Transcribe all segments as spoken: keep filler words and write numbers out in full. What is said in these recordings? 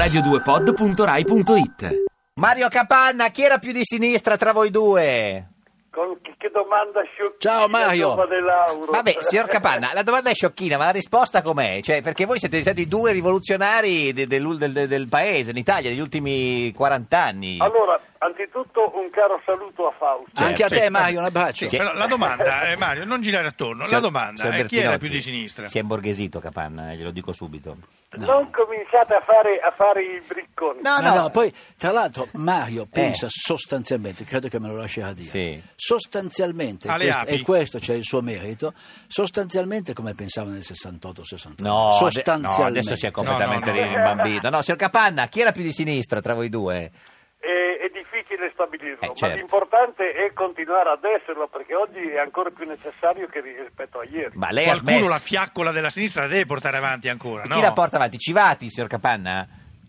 radio due pod punto rai punto it. Mario Capanna, chi era più di sinistra tra voi due? Con che, che domanda sciocchina. Ciao, Mario. Vabbè, signor Capanna, la domanda è sciocchina, ma la risposta com'è? Cioè, perché voi siete stati due rivoluzionari de- del, del, del paese, in Italia, negli ultimi quaranta anni. Allora, anzitutto un caro saluto a Fausto. Certo. Anche a te, Mario, un abbraccio. Sì. Però la domanda, eh, Mario, non girare attorno, Signor- la domanda signor è chi era Bertinotti, più di sinistra? Si è imborghesito Capanna, eh, glielo dico subito. No. Non cominciate a fare, a fare i bricconi. No, No, no, no, poi tra l'altro Mario pensa sostanzialmente, credo che me lo lascerà dire, Sì. sostanzialmente, Alle questo- api. e questo c'è il suo merito, sostanzialmente come pensava nel sessantotto sessantotto. No, ade- sostanzialmente. no, adesso si è completamente No, no, no. rimbambito. No, signor Capanna, chi era più di sinistra tra voi due? È, è difficile stabilirlo, Eh, ma certo. l'importante è continuare ad esserlo, perché oggi è ancora più necessario che rispetto a ieri. Ma lei ha Qualcuno smesso. la fiaccola della sinistra la deve portare avanti ancora, no? Chi la porta avanti? Civati, signor Capanna?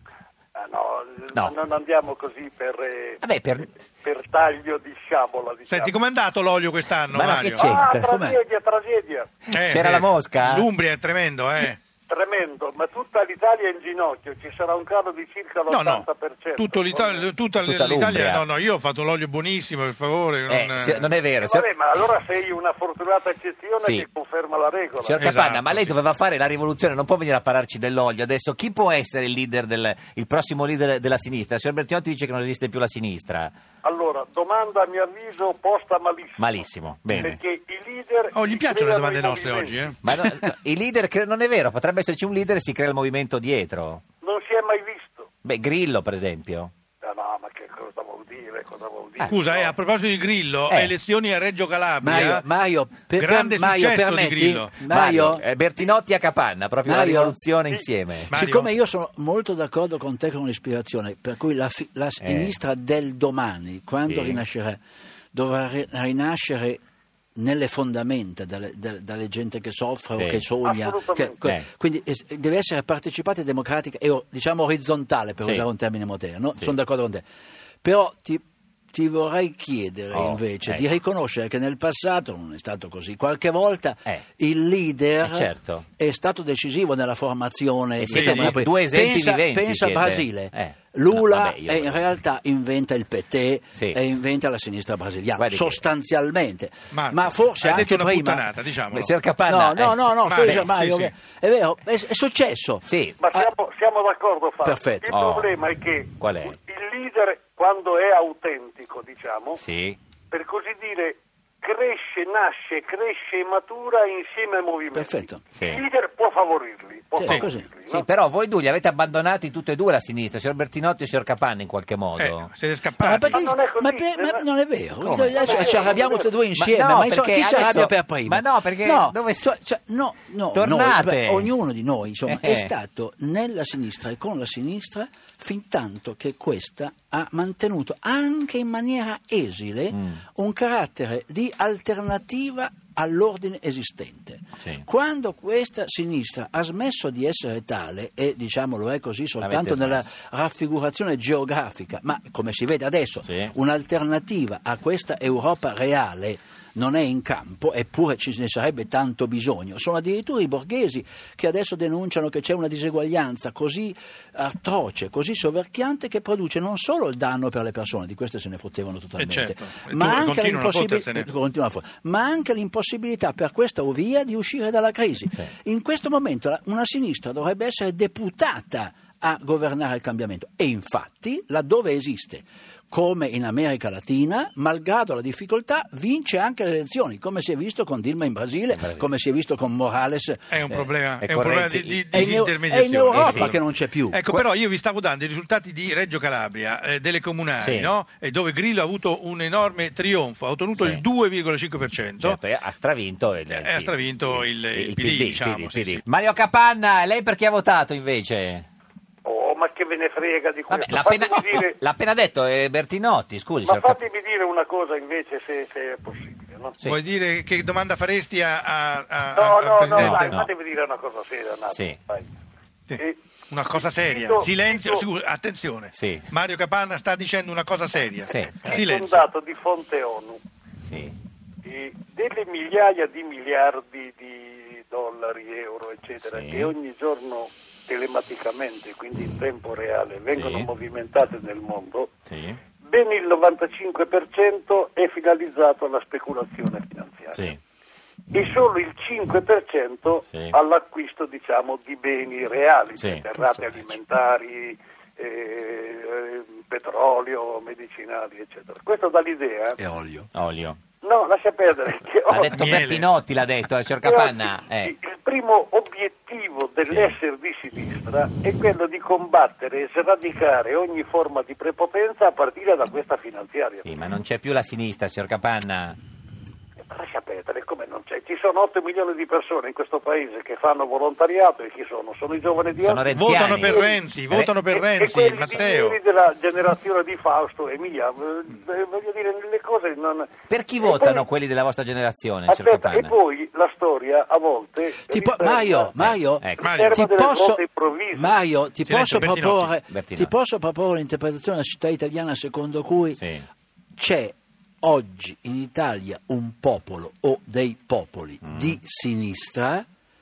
Ah, no, No. non andiamo così per, eh, Vabbè, per- per taglio di sciabola, diciamo. Senti, com'è andato l'olio quest'anno, Ma no, Mario? che c'è? Ah, Com'è? tragedia, tragedia. Eh, C'era eh, la mosca? L'Umbria è tremendo, eh. Tremendo, ma tutta l'Italia è in ginocchio, ci sarà un calo di circa No, no, l'ottanta per cento. tutto l'Italia, tutta, Tutta l'Italia, l'Umbria. no, no, io ho fatto l'olio buonissimo, per favore. Eh, non, si- non è vero. Eh, signor- vabbè, ma allora sei una fortunata eccezione Sì. che conferma la regola. Signor Esatto, Capanna, ma lei sì. doveva fare la rivoluzione, non può venire a parlarci dell'olio. Adesso chi può essere il leader del, il prossimo leader della sinistra? Il signor Bertinotti dice che non esiste più la sinistra. Allora, domanda a mio avviso posta malissimo. Malissimo, bene. Perché i leader... Oh, gli si piacciono le creano domande i nostre movimenti. oggi, eh? Ma no, no, i leader, cre- non è vero, potrebbe esserci un leader e si crea il movimento dietro. Non si è mai visto. Beh, Grillo, per esempio. No, no, ma che cosa vuol dire? Cosa vuol dire? Scusa, eh, a proposito di Grillo, Eh. elezioni a Reggio Calabria. Mario, Mario, per, Grande per- Mario, successo di permetti? Grillo. Mario, eh, Bertinotti a Capanna, proprio Mario? la rivoluzione Sì. insieme. Mario? siccome io sono molto d'accordo con te con l'ispirazione, per cui la, fi- la Eh. sinistra del domani, quando Sì. rinascerà, dovrà ri- rinascere nelle fondamenta dalle, da- dalle gente che soffre Sì. o che sogna, Assolutamente. che- Eh. quindi es- deve essere partecipata e democratica e o- diciamo orizzontale, per Sì. usare un termine moderno. Sì. Sono d'accordo con te, però ti, ti vorrei chiedere Oh, invece ecco. di riconoscere che nel passato non è stato così, qualche volta Eh. il leader Eh, certo. è stato decisivo nella formazione. E siete diciamo, due- due esempi pensa, viventi pensa a siete. Brasile. Eh. Lula No, vabbè, io- è- in realtà inventa il P T Sì. e inventa la sinistra brasiliana, Guardi che- sostanzialmente. Marco, Ma forse hai anche detto una prima. puttanata, diciamolo. Beh, signor Capanna, No, no, eh. no, no, Mario, scusa, Mario, sì, sì. è vero, è, è successo. Sì. Ma siamo, siamo d'accordo, Fabio. Perfetto. Il Oh. problema è che Qual è? il leader, quando è autentico, diciamo, Sì. per così dire, cresce, nasce, cresce e matura insieme ai movimenti. Perfetto. Sì. Il leader può favorirli, può Sì, favorirli, così. no? Sì, però voi due li avete abbandonati tutti e due la sinistra, signor Bertinotti e signor Capanna in qualche modo. Eh, siete Ma, scappati. perché- Ma non è così, ma per- ma non è- non è vero, Come? Adesso Non è ci vero, arrabbiamo non è tutti e due insieme, Ma ma, no, insomma, perché chi si adesso- arrabbia per primo? ma no, perché no, dove- cioè- cioè, no, no, Tornate. noi, beh, ognuno di noi insomma, Eh. è stato nella sinistra e con la sinistra fin tanto che questa ha mantenuto anche in maniera esile Mm. un carattere di alternativa all'ordine esistente. Sì. Quando questa sinistra ha smesso di essere tale, e diciamolo è così soltanto L'avete nella smesso. raffigurazione geografica, ma come si vede adesso, Sì. un'alternativa a questa Europa reale non è in campo, eppure ci ne sarebbe tanto bisogno. Sono addirittura i borghesi che adesso denunciano che c'è una diseguaglianza così atroce, così soverchiante, che produce non solo il danno per le persone, di queste se ne fottevano totalmente, Eh, certo. E ma, tu- anche continuano a l'impossibil- fottersene. continuano a fot- ma anche l'impossibilità per questa o via di uscire dalla crisi. Sì. In questo momento la- una sinistra dovrebbe essere deputata a governare il cambiamento e infatti laddove esiste, come in America Latina, malgrado la difficoltà, vince anche le elezioni, come si è visto con Dilma in Brasile, In Brasile. come si è visto con Morales. È un eh, problema, e è un problema Renzi- di, di è, in, è disintermediazione. in Europa Eh sì. che non c'è più. Ecco, però io vi stavo dando i risultati di Reggio Calabria, eh, delle comunali, Sì. no? E dove Grillo ha avuto un enorme trionfo, ha ottenuto Sì. il due virgola cinque per cento. Certo, e ha stravinto il, Eh, ha stravinto il- il P D, diciamo, il sì, P D. sì. Mario Capanna, lei per chi ha votato invece? Oh, ma che ve ne frega di Vabbè, questo? l'ha appena, Fatemi dire, l'ha appena detto eh, Bertinotti, scusi. ma signor Cap- fatemi dire una cosa invece, se, se è possibile, no? Sì. Vuoi dire che domanda faresti a, a- a- No, al no, no, Presidente? dai, No. fatemi dire una cosa seria, un attimo, Sì. dai. Sì. E- Una cosa seria. Cito- Silenzio, cito- scusa, attenzione. Sì. Mario Capanna sta dicendo una cosa seria. Sì. Cito un Silenzio. dato di fonte ONU, Sì. eh, delle migliaia di miliardi di dollari dollari, euro, eccetera, Sì. che ogni giorno telematicamente, quindi in tempo reale, vengono Sì. movimentate nel mondo, Sì. ben il novantacinque per cento è finalizzato alla speculazione finanziaria. Sì. E solo il cinque per cento Sì. all'acquisto, diciamo, di beni reali, Sì. derrate alimentari, eh, eh, petrolio, medicinali, eccetera. Questo dà l'idea. E olio. Olio. No, lascia perdere. Che Ha ho- detto Miele. Bertinotti, l'ha detto, il signor che Capanna. oggi Eh. Il primo obiettivo dell'essere di sinistra è quello di combattere e sradicare ogni forma di prepotenza a partire da questa finanziaria. Sì, ma non c'è più la sinistra, signor Capanna. Lascia perdere, come non c'è? Ci sono otto milioni di persone in questo paese che fanno volontariato e chi sono? Sono i giovani di Sono oggi. renziani. Votano per Renzi, votano per E- e Renzi, quelli Matteo. signori della generazione di Fausto e mia, eh, voglio dire, le cose non... Per chi E votano poi- quelli della vostra generazione, signor Aspetta, e Capanna? poi la storia a volte... Ti po- riserva- Mario, Mario, Ecco. Mario. ti delle posso, svolte improvvise. Mario, ti Silenzio, posso Bertinotti. proporre, Bertinotti. ti posso proporre l'interpretazione della città italiana secondo cui Sì. c'è oggi in Italia un popolo o dei popoli Mm. di sinistra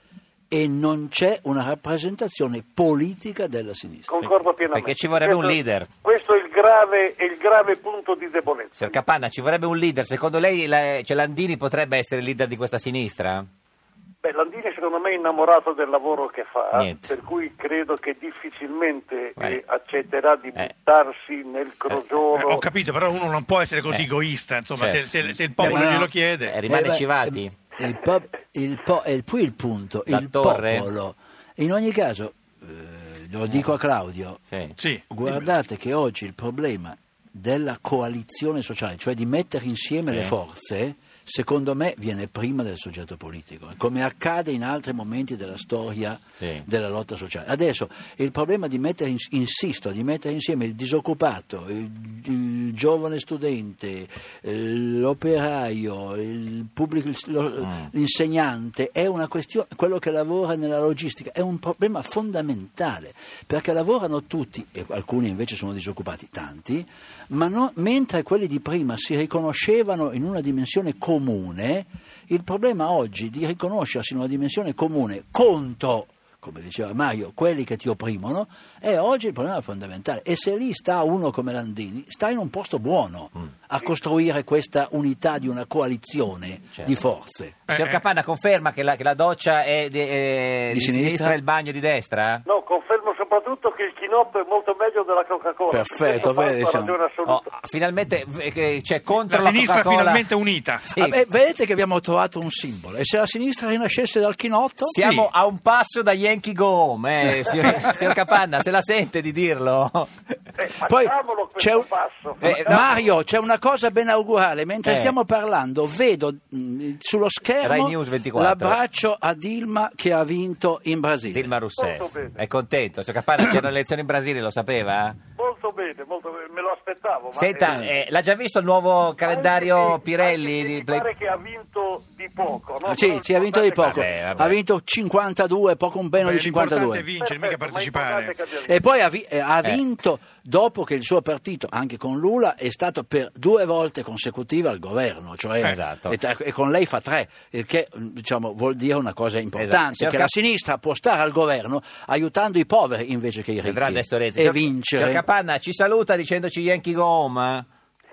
e non c'è una rappresentazione politica della sinistra. Concordo pienamente. Perché ci vorrebbe un Questo- leader. Questo è il grave, è il grave punto di debolezza. Signor Capanna, ci vorrebbe un leader. Secondo lei la- cioè, Landini potrebbe essere il leader di questa sinistra? Beh, Landini secondo me è innamorato del lavoro che fa, Niente. per cui credo che difficilmente Beh. eh, accetterà di Eh. buttarsi nel crogiolo. Eh, ho capito, però uno non può essere così Eh. egoista, insomma, Certo. se, se- se il popolo Eh, ma no. glielo chiede. Eh, rimane Eh, beh, Civati? eh, Il, po- il po- è qui il punto, La il torre? popolo. In ogni caso, eh, lo dico a Claudio, Sì. Sì. guardate che oggi il problema della coalizione sociale, cioè di mettere insieme Sì. le forze, secondo me viene prima del soggetto politico, come accade in altri momenti della storia Sì. della lotta sociale. Adesso il problema di mettere, ins- insisto, di mettere insieme il disoccupato, il, il giovane studente, eh, l'operaio, il pubblico, il- lo- Mm. l'insegnante, è una questione, quello che lavora nella logistica, è un problema fondamentale, perché lavorano tutti, e alcuni invece sono disoccupati, tanti, ma no- mentre quelli di prima si riconoscevano in una dimensione comune, il problema oggi di riconoscersi in una dimensione comune contro, come diceva Mario, quelli che ti opprimono, è oggi il problema fondamentale. E se lì sta uno come Landini, sta in un posto buono a costruire questa unità di una coalizione Certo. di forze. Eh, Signor eh. Capanna, conferma che la, che la doccia è di, è Di di sinistra? sinistra e il bagno di destra? No, confermo soprattutto che il chinotto è molto meglio della Coca-Cola. Perfetto, Questo fatto vedi, ha siamo- ragione assoluta. Oh, finalmente eh, che c'è contro La la, sinistra Coca-Cola. finalmente unita. Sì. Ah, beh, vedete che abbiamo trovato un simbolo. E se la sinistra rinascesse dal chinotto? Siamo Sì. a un passo da Yankee Go Home, eh, signor, signor Capanna, se la sente di dirlo? Eh, Poi facciamolo questo c'è un- passo. Eh, no. Mario, c'è una cosa ben augurale. Mentre Eh. stiamo parlando, vedo mh, sullo schermo Rai News ventiquattro. l'abbraccio a Dilma che ha vinto in Brasile. Dilma Rousseff. Molto bene. È contento? Signor Capanna, c'erano le elezioni in Brasile, lo sapeva? Molto bene, molto bene, me lo aspettavo. Ma Senta, eh, eh, l'ha già visto il nuovo calendario anche che- Pirelli? anche che di mi Play- pare che ha vinto di poco, no? Ah, sì, Però sì, ha vinto di l'importante poco. è Vabbè, vabbè. Ha vinto cinquantadue, poco un beno Beh, di l'importante è cinquantadue. vincere, mica Perfetto, ma partecipare. l'importante è che abbia vinto. E poi ha, vi- eh, ha Eh. vinto dopo che il suo partito, anche con Lula, è stato per due volte consecutive al governo, cioè Esatto. e, tra- e con lei fa tre, il che mh, diciamo, vuol dire una cosa importante, Esatto. Signor che Cap- la sinistra può stare al governo aiutando i poveri invece che i Vedrà ricchi adesso Renzi. e Signor- vincere. Signor Capanna, ci saluta dicendoci Yankee Go Home?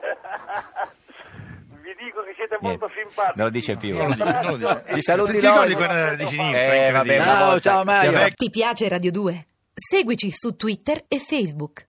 Vi dico che siete Niente, molto simpatici. non lo dice più. Non lo dice, non lo dice. Ci saluti Ti ricordi noi. quando era di sinistra? Eh, vabbè, incredibile. una Ciao, volta- ciao Mario. Sia vecchio. Ti piace Radio due? Seguici su Twitter e Facebook.